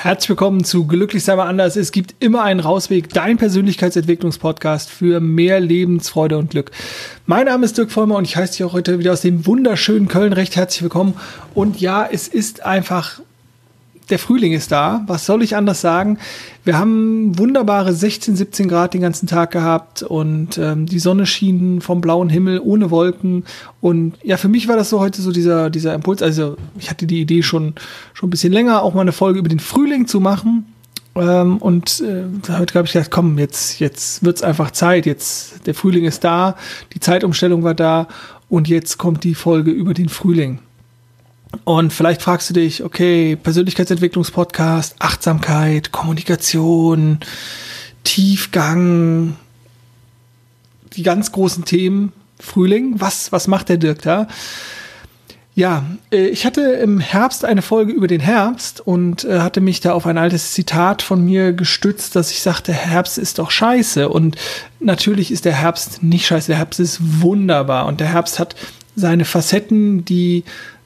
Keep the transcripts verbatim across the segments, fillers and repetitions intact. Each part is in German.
Herzlich willkommen zu Glücklich sei mal anders. Es gibt immer einen Rausweg, dein Persönlichkeitsentwicklungspodcast für mehr Lebensfreude und Glück. Mein Name ist Dirk Vollmer und ich heiße dich auch heute wieder aus dem wunderschönen Köln recht herzlich willkommen. Und ja, es ist einfach, der Frühling ist da. Was soll ich anders sagen? Wir haben wunderbare sechzehn, siebzehn Grad den ganzen Tag gehabt und ähm, die Sonne schien vom blauen Himmel ohne Wolken. Und ja, für mich war das so heute so dieser, dieser Impuls. Also ich hatte die Idee schon, schon ein bisschen länger, auch mal eine Folge über den Frühling zu machen. Ähm, und äh, heute habe ich gedacht, komm, jetzt, jetzt wird's einfach Zeit. Jetzt, der Frühling ist da, die Zeitumstellung war da und jetzt kommt die Folge über den Frühling. Und vielleicht fragst du dich, okay, Persönlichkeitsentwicklungspodcast, Achtsamkeit, Kommunikation, Tiefgang, die ganz großen Themen, Frühling, was, was macht der Dirk da? Ja, ich hatte im Herbst eine Folge über den Herbst und hatte mich da auf ein altes Zitat von mir gestützt, dass ich sagte, Herbst ist doch scheiße. Und natürlich ist der Herbst nicht scheiße, der Herbst ist wunderbar und der Herbst hat seine Facetten, die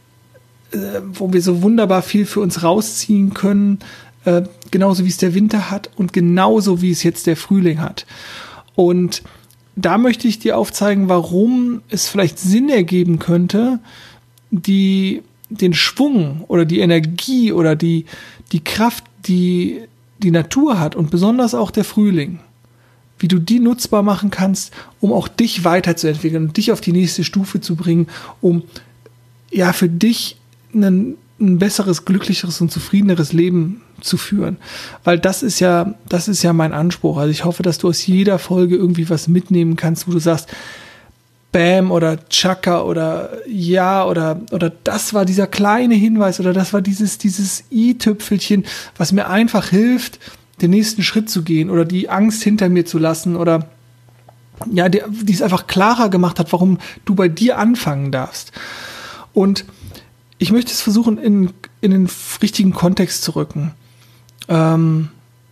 wo wir so wunderbar viel für uns rausziehen können, äh, genauso wie es der Winter hat und genauso wie es jetzt der Frühling hat. Und da möchte ich dir aufzeigen, warum es vielleicht Sinn ergeben könnte, die, den Schwung oder die Energie oder die, die Kraft, die die Natur hat und besonders auch der Frühling, wie du die nutzbar machen kannst, um auch dich weiterzuentwickeln und dich auf die nächste Stufe zu bringen, um ja für dich Ein, ein besseres, glücklicheres und zufriedeneres Leben zu führen. Weil das ist ja, das ist ja mein Anspruch. Also ich hoffe, dass du aus jeder Folge irgendwie was mitnehmen kannst, wo du sagst, Bam oder Chaka oder ja oder, oder das war dieser kleine Hinweis oder das war dieses, dieses i-Tüpfelchen, was mir einfach hilft, den nächsten Schritt zu gehen oder die Angst hinter mir zu lassen oder ja, die, die es einfach klarer gemacht hat, warum du bei dir anfangen darfst. Und ich möchte es versuchen, in, in den richtigen Kontext zu rücken. Ähm,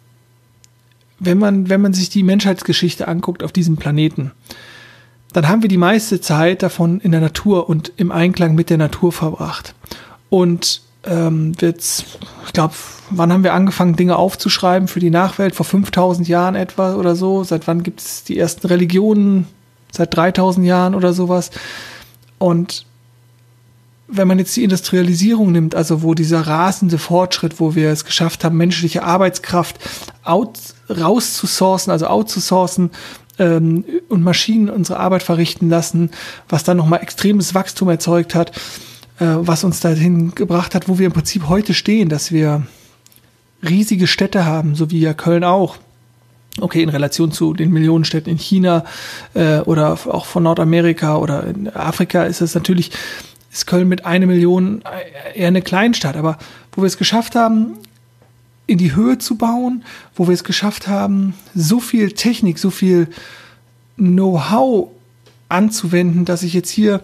wenn man, wenn man sich die Menschheitsgeschichte anguckt auf diesem Planeten, dann haben wir die meiste Zeit davon in der Natur und im Einklang mit der Natur verbracht. Und ähm, jetzt, ich glaube, wann haben wir angefangen, Dinge aufzuschreiben für die Nachwelt? Vor fünftausend Jahren etwa oder so. Seit wann gibt es die ersten Religionen? Seit dreitausend Jahren oder sowas. Und wenn man jetzt die Industrialisierung nimmt, also wo dieser rasende Fortschritt, wo wir es geschafft haben, menschliche Arbeitskraft out, rauszusourcen, also outzusourcen ähm, und Maschinen unsere Arbeit verrichten lassen, was dann nochmal extremes Wachstum erzeugt hat, äh, was uns dahin gebracht hat, wo wir im Prinzip heute stehen, dass wir riesige Städte haben, so wie ja Köln auch. Okay, in Relation zu den Millionenstädten in China äh, oder auch von Nordamerika oder in Afrika ist es natürlich ist Köln mit einer Million eher eine Kleinstadt, aber wo wir es geschafft haben, in die Höhe zu bauen, wo wir es geschafft haben, so viel Technik, so viel Know-how anzuwenden, dass ich jetzt hier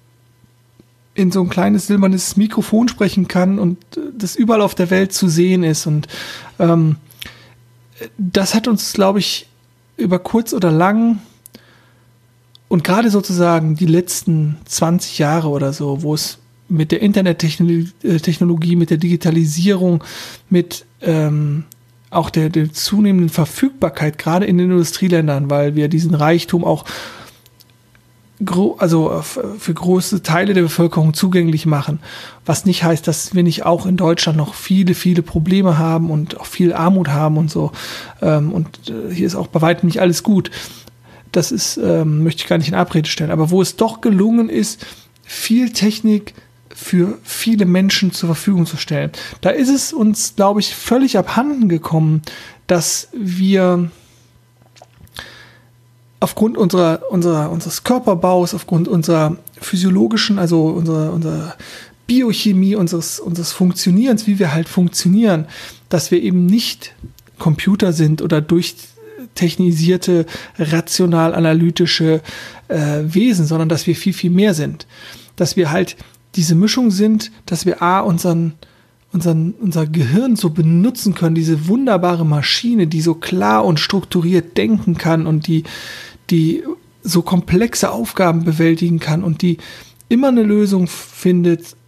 in so ein kleines silbernes Mikrofon sprechen kann und das überall auf der Welt zu sehen ist. Und ähm, das hat uns, glaube ich, über kurz oder lang und gerade sozusagen die letzten zwanzig Jahre oder so, wo es mit der Internettechnologie, mit der Digitalisierung, mit ähm, auch der, der zunehmenden Verfügbarkeit, gerade in den Industrieländern, weil wir diesen Reichtum auch gro- also für große Teile der Bevölkerung zugänglich machen. Was nicht heißt, dass wir nicht auch in Deutschland noch viele, viele Probleme haben und auch viel Armut haben und so. Ähm, und hier ist auch bei weitem nicht alles gut. Das ist, ähm, möchte ich gar nicht in Abrede stellen, aber wo es doch gelungen ist, viel Technik für viele Menschen zur Verfügung zu stellen. Da ist es uns, glaube ich, völlig abhanden gekommen, dass wir aufgrund unserer, unserer, unseres Körperbaus, aufgrund unserer physiologischen, also unserer, unserer Biochemie, unseres, unseres Funktionierens, wie wir halt funktionieren, dass wir eben nicht Computer sind oder durch technisierte, rational-analytische äh, Wesen, sondern dass wir viel, viel mehr sind. Dass wir halt diese Mischung sind, dass wir A, unseren, unseren, unser Gehirn so benutzen können, diese wunderbare Maschine, die so klar und strukturiert denken kann und die, die so komplexe Aufgaben bewältigen kann und die immer eine Lösung findet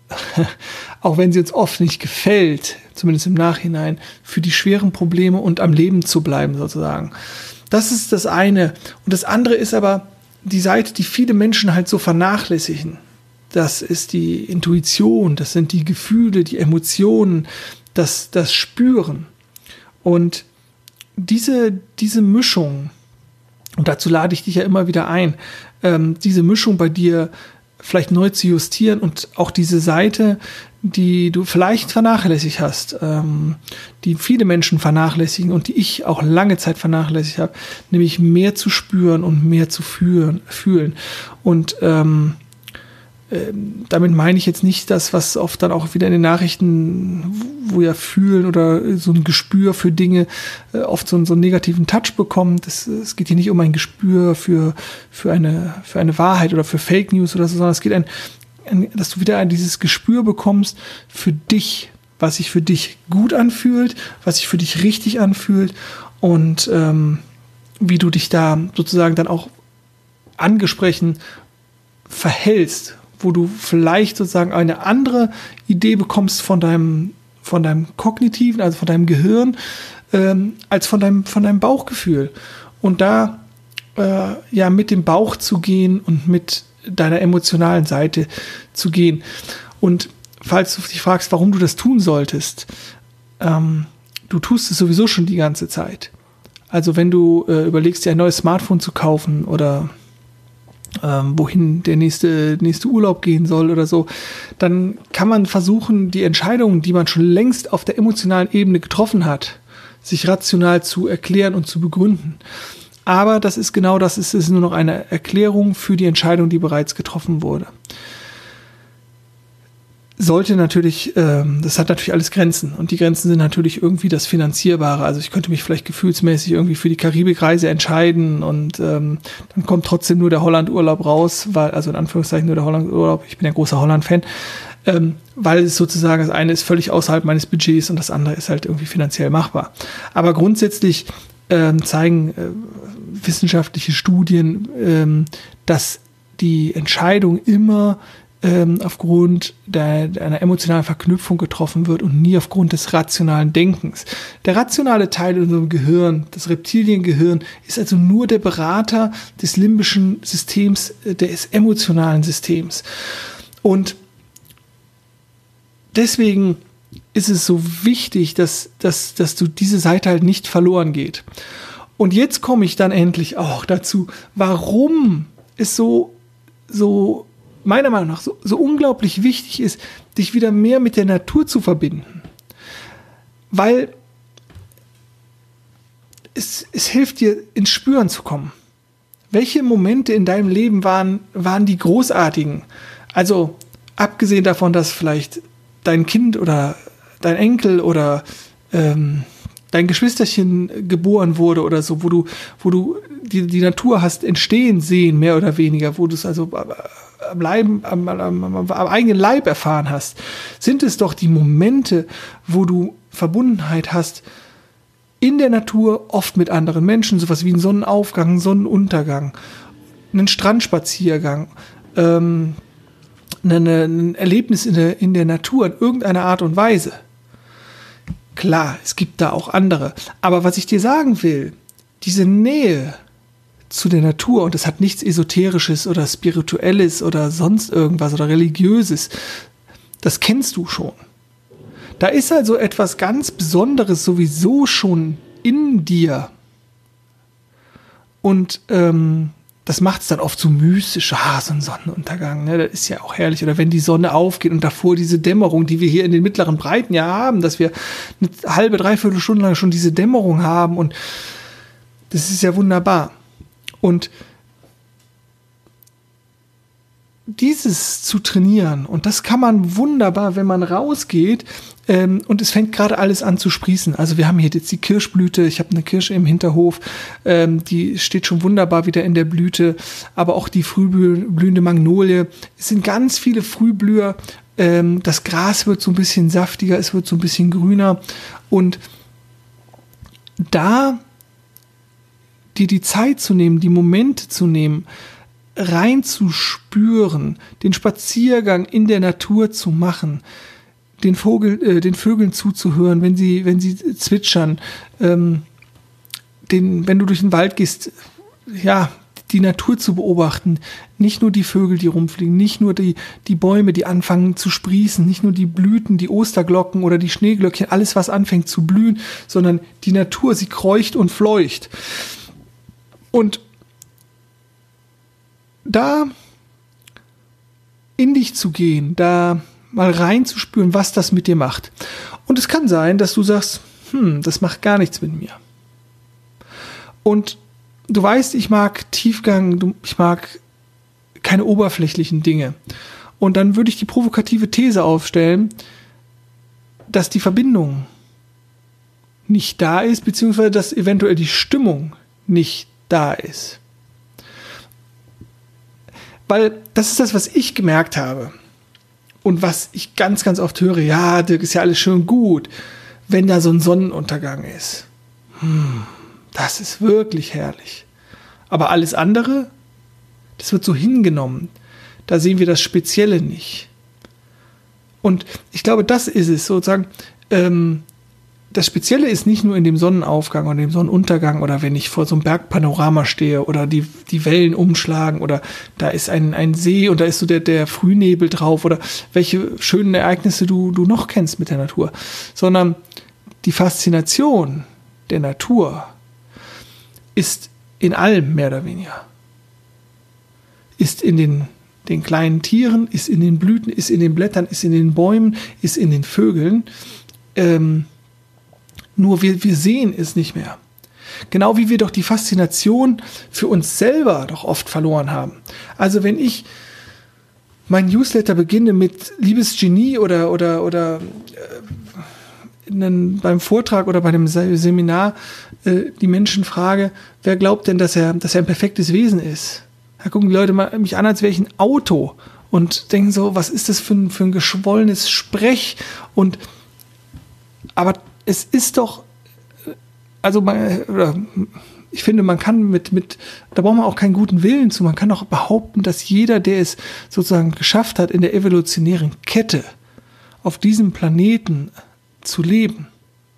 auch wenn sie uns oft nicht gefällt, zumindest im Nachhinein, für die schweren Probleme und am Leben zu bleiben sozusagen. Das ist das eine. Und das andere ist aber die Seite, die viele Menschen halt so vernachlässigen. Das ist die Intuition, das sind die Gefühle, die Emotionen, das, das Spüren. Und diese, diese Mischung, und dazu lade ich dich ja immer wieder ein, ähm, diese Mischung bei dir vielleicht neu zu justieren und auch diese Seite, die du vielleicht vernachlässigt hast, ähm, die viele Menschen vernachlässigen und die ich auch lange Zeit vernachlässigt habe, nämlich mehr zu spüren und mehr zu fühlen. fühlen. Und ähm, ähm, damit meine ich jetzt nicht das, was oft dann auch wieder in den Nachrichten, wo ja fühlen oder so ein Gespür für Dinge äh, oft so, so einen negativen Touch bekommt. Es, es geht hier nicht um ein Gespür für, für, eine, für eine Wahrheit oder für Fake News oder so, sondern es geht ein, ein, dass du wieder ein, dieses Gespür bekommst für dich, was sich für dich gut anfühlt, was sich für dich richtig anfühlt und ähm, wie du dich da sozusagen dann auch angesprochen verhältst, wo du vielleicht sozusagen eine andere Idee bekommst von deinem, von deinem Kognitiven, also von deinem Gehirn, ähm, als von deinem, von deinem Bauchgefühl. Und da äh, ja mit dem Bauch zu gehen und mit deiner emotionalen Seite zu gehen. Und falls du dich fragst, warum du das tun solltest, ähm, du tust es sowieso schon die ganze Zeit. Also wenn du äh, überlegst, dir ein neues Smartphone zu kaufen oder Ähm, wohin der nächste, nächste Urlaub gehen soll oder so, dann kann man versuchen, die Entscheidungen, die man schon längst auf der emotionalen Ebene getroffen hat, sich rational zu erklären und zu begründen. Aber das ist genau das, es ist nur noch eine Erklärung für die Entscheidung, die bereits getroffen wurde. Sollte natürlich, ähm, das hat natürlich alles Grenzen und die Grenzen sind natürlich irgendwie das Finanzierbare. Also ich könnte mich vielleicht gefühlsmäßig irgendwie für die Karibikreise entscheiden und ähm, dann kommt trotzdem nur der Holland-Urlaub raus, weil, also in Anführungszeichen nur der Holland-Urlaub, ich bin ja großer Holland-Fan, ähm, weil es sozusagen, das eine ist völlig außerhalb meines Budgets und das andere ist halt irgendwie finanziell machbar. Aber grundsätzlich ähm, zeigen äh, wissenschaftliche Studien, ähm, dass die Entscheidung immer aufgrund der, einer emotionalen Verknüpfung getroffen wird und nie aufgrund des rationalen Denkens. Der rationale Teil in unserem Gehirn, das Reptiliengehirn, ist also nur der Berater des limbischen Systems, des emotionalen Systems. Und deswegen ist es so wichtig, dass, dass, dass du diese Seite halt nicht verloren geht. Und jetzt komme ich dann endlich auch dazu, warum es so, so meiner Meinung nach so, so unglaublich wichtig ist, dich wieder mehr mit der Natur zu verbinden. Weil es, es hilft dir, ins Spüren zu kommen. Welche Momente in deinem Leben waren, waren die großartigen? Also abgesehen davon, dass vielleicht dein Kind oder dein Enkel oder ähm, dein Geschwisterchen geboren wurde oder so, wo du, wo du die, die Natur hast entstehen sehen, mehr oder weniger, wo du es also am, Leib, am, am, am, am eigenen Leib erfahren hast, sind es doch die Momente, wo du Verbundenheit hast in der Natur, oft mit anderen Menschen, sowas wie ein Sonnenaufgang, Sonnenuntergang, einen Strandspaziergang, ähm, eine, ein Erlebnis in der, in der Natur in irgendeiner Art und Weise. Klar, es gibt da auch andere. Aber was ich dir sagen will, diese Nähe zu der Natur, und das hat nichts Esoterisches oder Spirituelles oder sonst irgendwas oder Religiöses, das kennst du schon. Da ist also etwas ganz Besonderes sowieso schon in dir. Und ähm, das macht es dann oft so mystisch, ah, so ein Sonnenuntergang, ne? Das ist ja auch herrlich. Oder wenn die Sonne aufgeht und davor diese Dämmerung, die wir hier in den mittleren Breiten ja haben, dass wir eine halbe, dreiviertel Stunde lang schon diese Dämmerung haben und das ist ja wunderbar. Und dieses zu trainieren, und das kann man wunderbar, wenn man rausgeht, ähm, und es fängt gerade alles an zu sprießen. Also wir haben hier jetzt die Kirschblüte, ich habe eine Kirsche im Hinterhof, ähm, die steht schon wunderbar wieder in der Blüte, aber auch die frühblühende Magnolie. Es sind ganz viele Frühblüher, ähm, das Gras wird so ein bisschen saftiger, es wird so ein bisschen grüner und da dir die Zeit zu nehmen, die Momente zu nehmen, reinzuspüren, den Spaziergang in der Natur zu machen, den Vogel, äh, den Vögeln zuzuhören, wenn sie, wenn sie zwitschern, ähm, den, wenn du durch den Wald gehst, ja, die Natur zu beobachten, nicht nur die Vögel, die rumfliegen, nicht nur die, die Bäume, die anfangen zu sprießen, nicht nur die Blüten, die Osterglocken oder die Schneeglöckchen, alles, was anfängt zu blühen, sondern die Natur, sie kreucht und fleucht. Und da in dich zu gehen, da mal reinzuspüren, was das mit dir macht. Und es kann sein, dass du sagst, hm, das macht gar nichts mit mir. Und du weißt, ich mag Tiefgang, ich mag keine oberflächlichen Dinge. Und dann würde ich die provokative These aufstellen, dass die Verbindung nicht da ist, beziehungsweise dass eventuell die Stimmung nicht da ist. Weil das ist das, was ich gemerkt habe und was ich ganz, ganz oft höre, ja, Dirk, ist ja alles schön gut, wenn da so ein Sonnenuntergang ist. Hm, das ist wirklich herrlich. Aber alles andere, das wird so hingenommen. Da sehen wir das Spezielle nicht. Und ich glaube, das ist es sozusagen. Ähm, das Spezielle ist nicht nur in dem Sonnenaufgang oder dem Sonnenuntergang oder wenn ich vor so einem Bergpanorama stehe oder die, die Wellen umschlagen oder da ist ein, ein See und da ist so der, der Frühnebel drauf oder welche schönen Ereignisse du, du noch kennst mit der Natur. Sondern die Faszination der Natur ist in allem mehr oder weniger. Ist in den, den kleinen Tieren, ist in den Blüten, ist in den Blättern, ist in den Bäumen, ist in den Vögeln. Ähm, nur wir, wir sehen es nicht mehr. Genau wie wir doch die Faszination für uns selber doch oft verloren haben. Also wenn ich mein Newsletter beginne mit liebes Genie oder, oder, oder äh, einen, beim Vortrag oder bei einem Seminar äh, die Menschen frage, wer glaubt denn, dass er, dass er ein perfektes Wesen ist? Da gucken die Leute mal mich an, als wäre ich ein Auto und denken so, was ist das für ein, für ein geschwollenes Sprech? Und aber es ist doch, also man, oder ich finde, man kann mit, mit, da braucht man auch keinen guten Willen zu, man kann auch behaupten, dass jeder, der es sozusagen geschafft hat, in der evolutionären Kette auf diesem Planeten zu leben,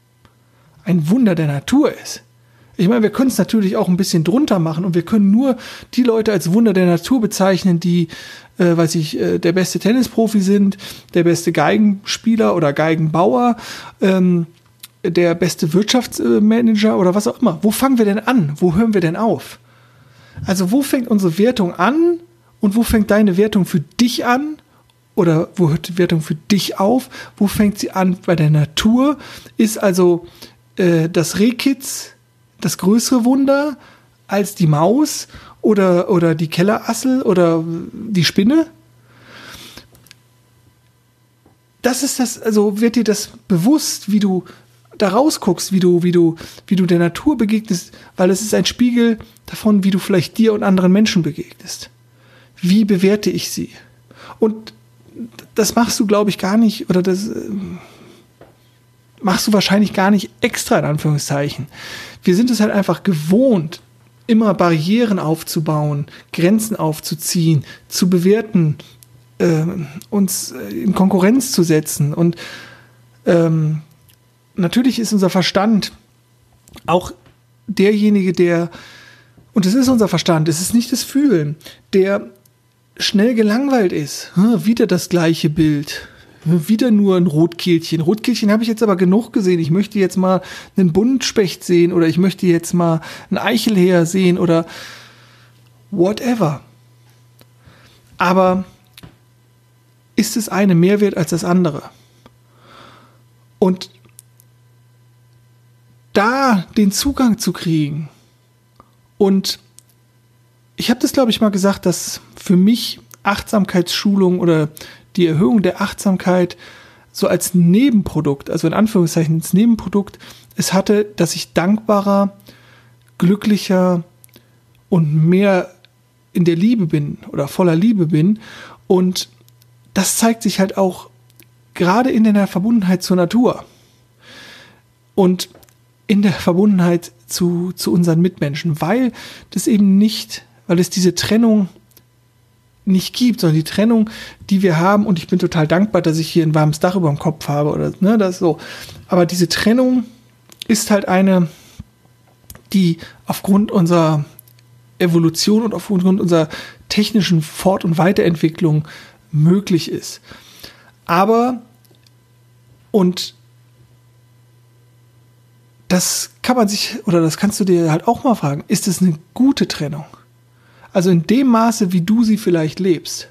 ein Wunder der Natur ist. Ich meine, wir können es natürlich auch ein bisschen drunter machen und wir können nur die Leute als Wunder der Natur bezeichnen, die, äh, weiß ich, äh, der beste Tennisprofi sind, der beste Geigenspieler oder Geigenbauer, ähm, der beste Wirtschaftsmanager oder was auch immer. Wo fangen wir denn an? Wo hören wir denn auf? Also wo fängt unsere Wertung an und wo fängt deine Wertung für dich an? Oder wo hört die Wertung für dich auf? Wo fängt sie an bei der Natur? Ist also äh, das Rehkitz das größere Wunder als die Maus oder, oder die Kellerassel oder die Spinne? Das ist das, also wird dir das bewusst, wie du da rausguckst, wie du, wie du, wie du der Natur begegnest, weil es ist ein Spiegel davon, wie du vielleicht dir und anderen Menschen begegnest. Wie bewerte ich sie? Und das machst du, glaube ich, gar nicht, oder das äh, machst du wahrscheinlich gar nicht extra, in Anführungszeichen. Wir sind es halt einfach gewohnt, immer Barrieren aufzubauen, Grenzen aufzuziehen, zu bewerten, äh, uns in Konkurrenz zu setzen. Und ähm, natürlich ist unser Verstand auch derjenige, der, und es ist unser Verstand, es ist nicht das Fühlen, der schnell gelangweilt ist. Hm, wieder das gleiche Bild. Wieder nur ein Rotkehlchen. Rotkehlchen habe ich jetzt aber genug gesehen. Ich möchte jetzt mal einen Buntspecht sehen oder ich möchte jetzt mal einen Eichelhäher sehen oder whatever. Aber ist das eine mehr wert als das andere? Und da den Zugang zu kriegen und ich habe das, glaube ich, mal gesagt, dass für mich Achtsamkeitsschulung oder die Erhöhung der Achtsamkeit so als Nebenprodukt, also in Anführungszeichen als Nebenprodukt, es hatte, dass ich dankbarer, glücklicher und mehr in der Liebe bin oder voller Liebe bin. Und das zeigt sich halt auch gerade in der Verbundenheit zur Natur und in der Verbundenheit zu, zu unseren Mitmenschen, weil das eben nicht, weil es diese Trennung nicht gibt, sondern die Trennung, die wir haben, und ich bin total dankbar, dass ich hier ein warmes Dach über dem Kopf habe oder ne, das so. Aber diese Trennung ist halt eine, die aufgrund unserer Evolution und aufgrund unserer technischen Fort- und Weiterentwicklung möglich ist. Aber, und das kann man sich, oder das kannst du dir halt auch mal fragen, ist es eine gute Trennung? Also in dem Maße, wie du sie vielleicht lebst.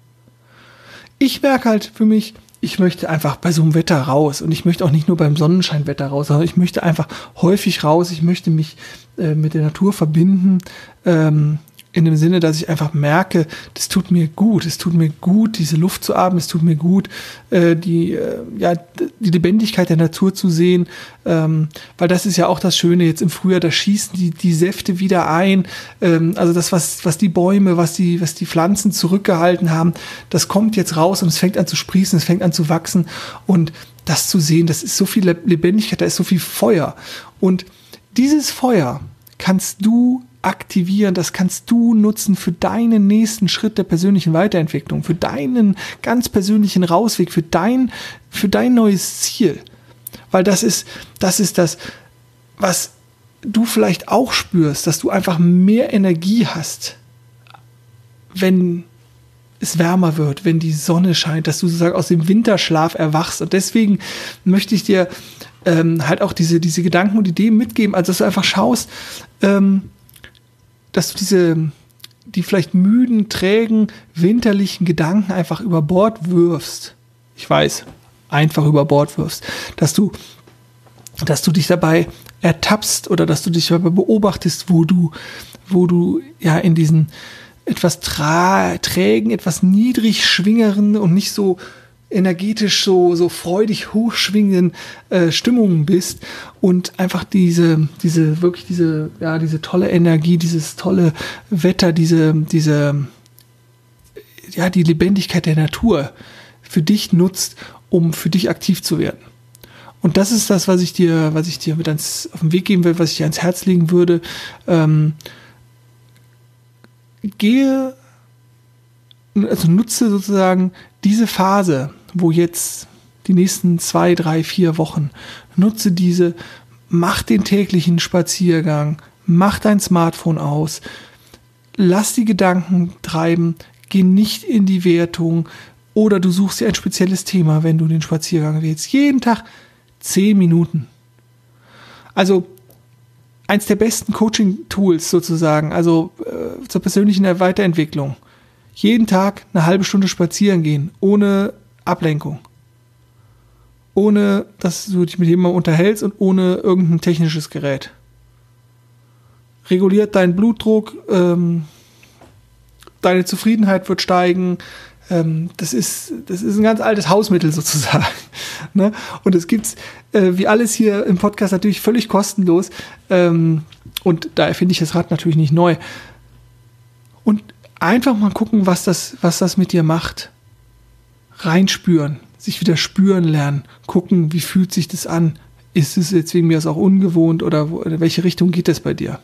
Ich merke halt für mich, ich möchte einfach bei so einem Wetter raus, und ich möchte auch nicht nur beim Sonnenscheinwetter raus, sondern ich möchte einfach häufig raus, ich möchte mich äh, mit der Natur verbinden, ähm, in dem Sinne, dass ich einfach merke, das tut mir gut, es tut mir gut, diese Luft zu atmen, es tut mir gut, äh, die, äh, ja, die Lebendigkeit der Natur zu sehen, ähm, weil das ist ja auch das Schöne, jetzt im Frühjahr, da schießen die, die Säfte wieder ein, ähm, also das, was, was die Bäume, was die, was die Pflanzen zurückgehalten haben, das kommt jetzt raus und es fängt an zu sprießen, es fängt an zu wachsen, und das zu sehen, das ist so viel Lebendigkeit, da ist so viel Feuer, und dieses Feuer kannst du aktivieren, das kannst du nutzen für deinen nächsten Schritt der persönlichen Weiterentwicklung, für deinen ganz persönlichen Rausweg, für dein, für dein neues Ziel. Weil das ist, das ist das, was du vielleicht auch spürst, dass du einfach mehr Energie hast, wenn es wärmer wird, wenn die Sonne scheint, dass du sozusagen aus dem Winterschlaf erwachst. Und deswegen möchte ich dir ähm, halt auch diese, diese Gedanken und Ideen mitgeben, also dass du einfach schaust, ähm, dass du diese, die vielleicht müden, trägen, winterlichen Gedanken einfach über Bord wirfst. Ich weiß, einfach über Bord wirfst. Dass du, dass du dich dabei ertappst oder dass du dich dabei beobachtest, wo du, wo du ja in diesen etwas tra- trägen, etwas niedrig schwingeren und nicht so energetisch so, so freudig hochschwingenden äh, Stimmungen bist und einfach diese, diese, wirklich diese, ja, diese tolle Energie, dieses tolle Wetter, diese, diese, ja, die Lebendigkeit der Natur für dich nutzt, um für dich aktiv zu werden. Und das ist das, was ich dir, was ich dir mit ans, auf den Weg geben will, was ich dir ans Herz legen würde. Ähm, gehe, also nutze sozusagen diese Phase, wo jetzt die nächsten zwei, drei, vier Wochen, nutze diese, mach den täglichen Spaziergang, mach dein Smartphone aus, lass die Gedanken treiben, geh nicht in die Wertung, oder du suchst dir ein spezielles Thema, wenn du den Spaziergang wählst. Jeden Tag zehn Minuten. Also eins der besten Coaching-Tools sozusagen, also äh, zur persönlichen Weiterentwicklung. Jeden Tag eine halbe Stunde spazieren gehen, ohne Ablenkung. Ohne, dass du dich mit jemandem unterhältst und ohne irgendein technisches Gerät. Reguliert deinen Blutdruck, ähm, deine Zufriedenheit wird steigen. Ähm, das ist, das ist ein ganz altes Hausmittel sozusagen. Ne? Und es gibt's, äh, wie alles hier im Podcast, natürlich völlig kostenlos. Ähm, und da erfinde ich das Rad natürlich nicht neu. Und einfach mal gucken, was das, was das mit dir macht. Reinspüren, sich wieder spüren lernen, gucken, wie fühlt sich das an? Ist es jetzt wegen mir auch ungewohnt oder wo, in welche Richtung geht das bei dir?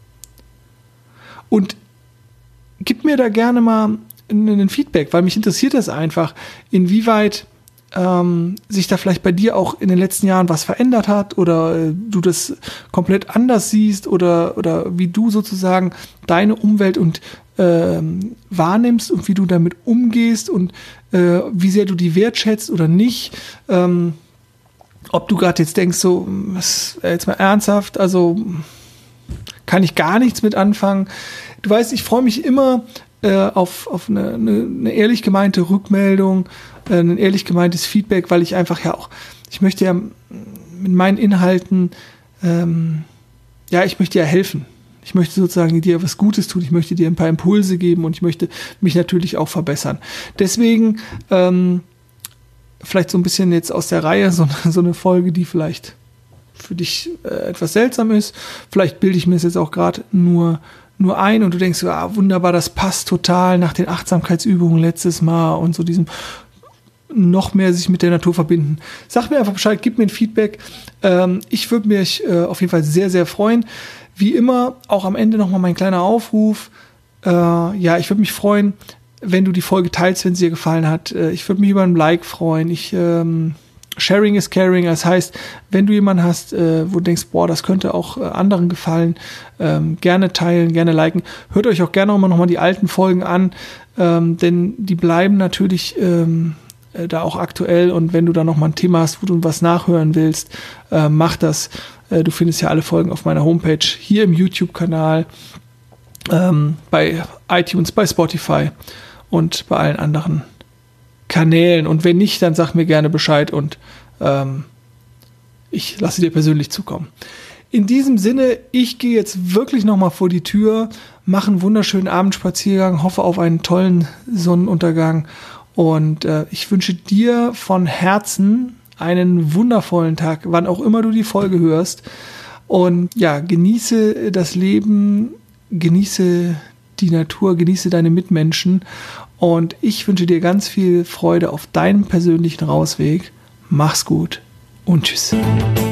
Und gib mir da gerne mal ein Feedback, weil mich interessiert das einfach, inwieweit ähm, sich da vielleicht bei dir auch in den letzten Jahren was verändert hat oder äh, du das komplett anders siehst oder, oder wie du sozusagen deine Umwelt und ähm, wahrnimmst und wie du damit umgehst und äh, wie sehr du die wertschätzt oder nicht. Ähm, ob du gerade jetzt denkst, so, was, jetzt mal ernsthaft, also kann ich gar nichts mit anfangen. Du weißt, ich freue mich immer äh, auf, auf eine, eine, eine ehrlich gemeinte Rückmeldung, äh, ein ehrlich gemeintes Feedback, weil ich einfach ja auch, ich möchte ja mit meinen Inhalten, ähm, ja, ich möchte ja helfen. Ich möchte sozusagen dir was Gutes tun, ich möchte dir ein paar Impulse geben und ich möchte mich natürlich auch verbessern. Deswegen ähm, vielleicht so ein bisschen jetzt aus der Reihe so, so eine Folge, die vielleicht für dich äh, etwas seltsam ist. Vielleicht bilde ich mir das jetzt auch gerade nur, nur ein und du denkst, so, ah, wunderbar, das passt total nach den Achtsamkeitsübungen letztes Mal und so diesem noch mehr sich mit der Natur verbinden. Sag mir einfach Bescheid, gib mir ein Feedback. Ähm, ich würde mich äh, auf jeden Fall sehr, sehr freuen. Wie immer, auch am Ende nochmal mein kleiner Aufruf. Äh, ja, ich würde mich freuen, wenn du die Folge teilst, wenn sie dir gefallen hat. Äh, ich würde mich über ein Like freuen. Ich, ähm, Sharing is caring. Das heißt, wenn du jemanden hast, äh, wo du denkst, boah, das könnte auch äh, anderen gefallen, ähm, gerne teilen, gerne liken. Hört euch auch gerne auch mal nochmal die alten Folgen an, ähm, denn die bleiben natürlich ähm, äh, da auch aktuell. Und wenn du da nochmal ein Thema hast, wo du was nachhören willst, äh, mach das. Äh, du findest ja alle Folgen auf meiner Homepage, hier im YouTube-Kanal, ähm, bei iTunes, bei Spotify und bei allen anderen Kanälen. Und wenn nicht, dann sag mir gerne Bescheid und ähm, ich lasse dir persönlich zukommen. In diesem Sinne, ich gehe jetzt wirklich nochmal vor die Tür, mache einen wunderschönen Abendspaziergang, hoffe auf einen tollen Sonnenuntergang und äh, ich wünsche dir von Herzen einen wundervollen Tag, wann auch immer du die Folge hörst. Und ja, genieße das Leben, genieße die Natur, genieße deine Mitmenschen. Und ich wünsche dir ganz viel Freude auf deinem persönlichen Rausweg. Mach's gut und tschüss.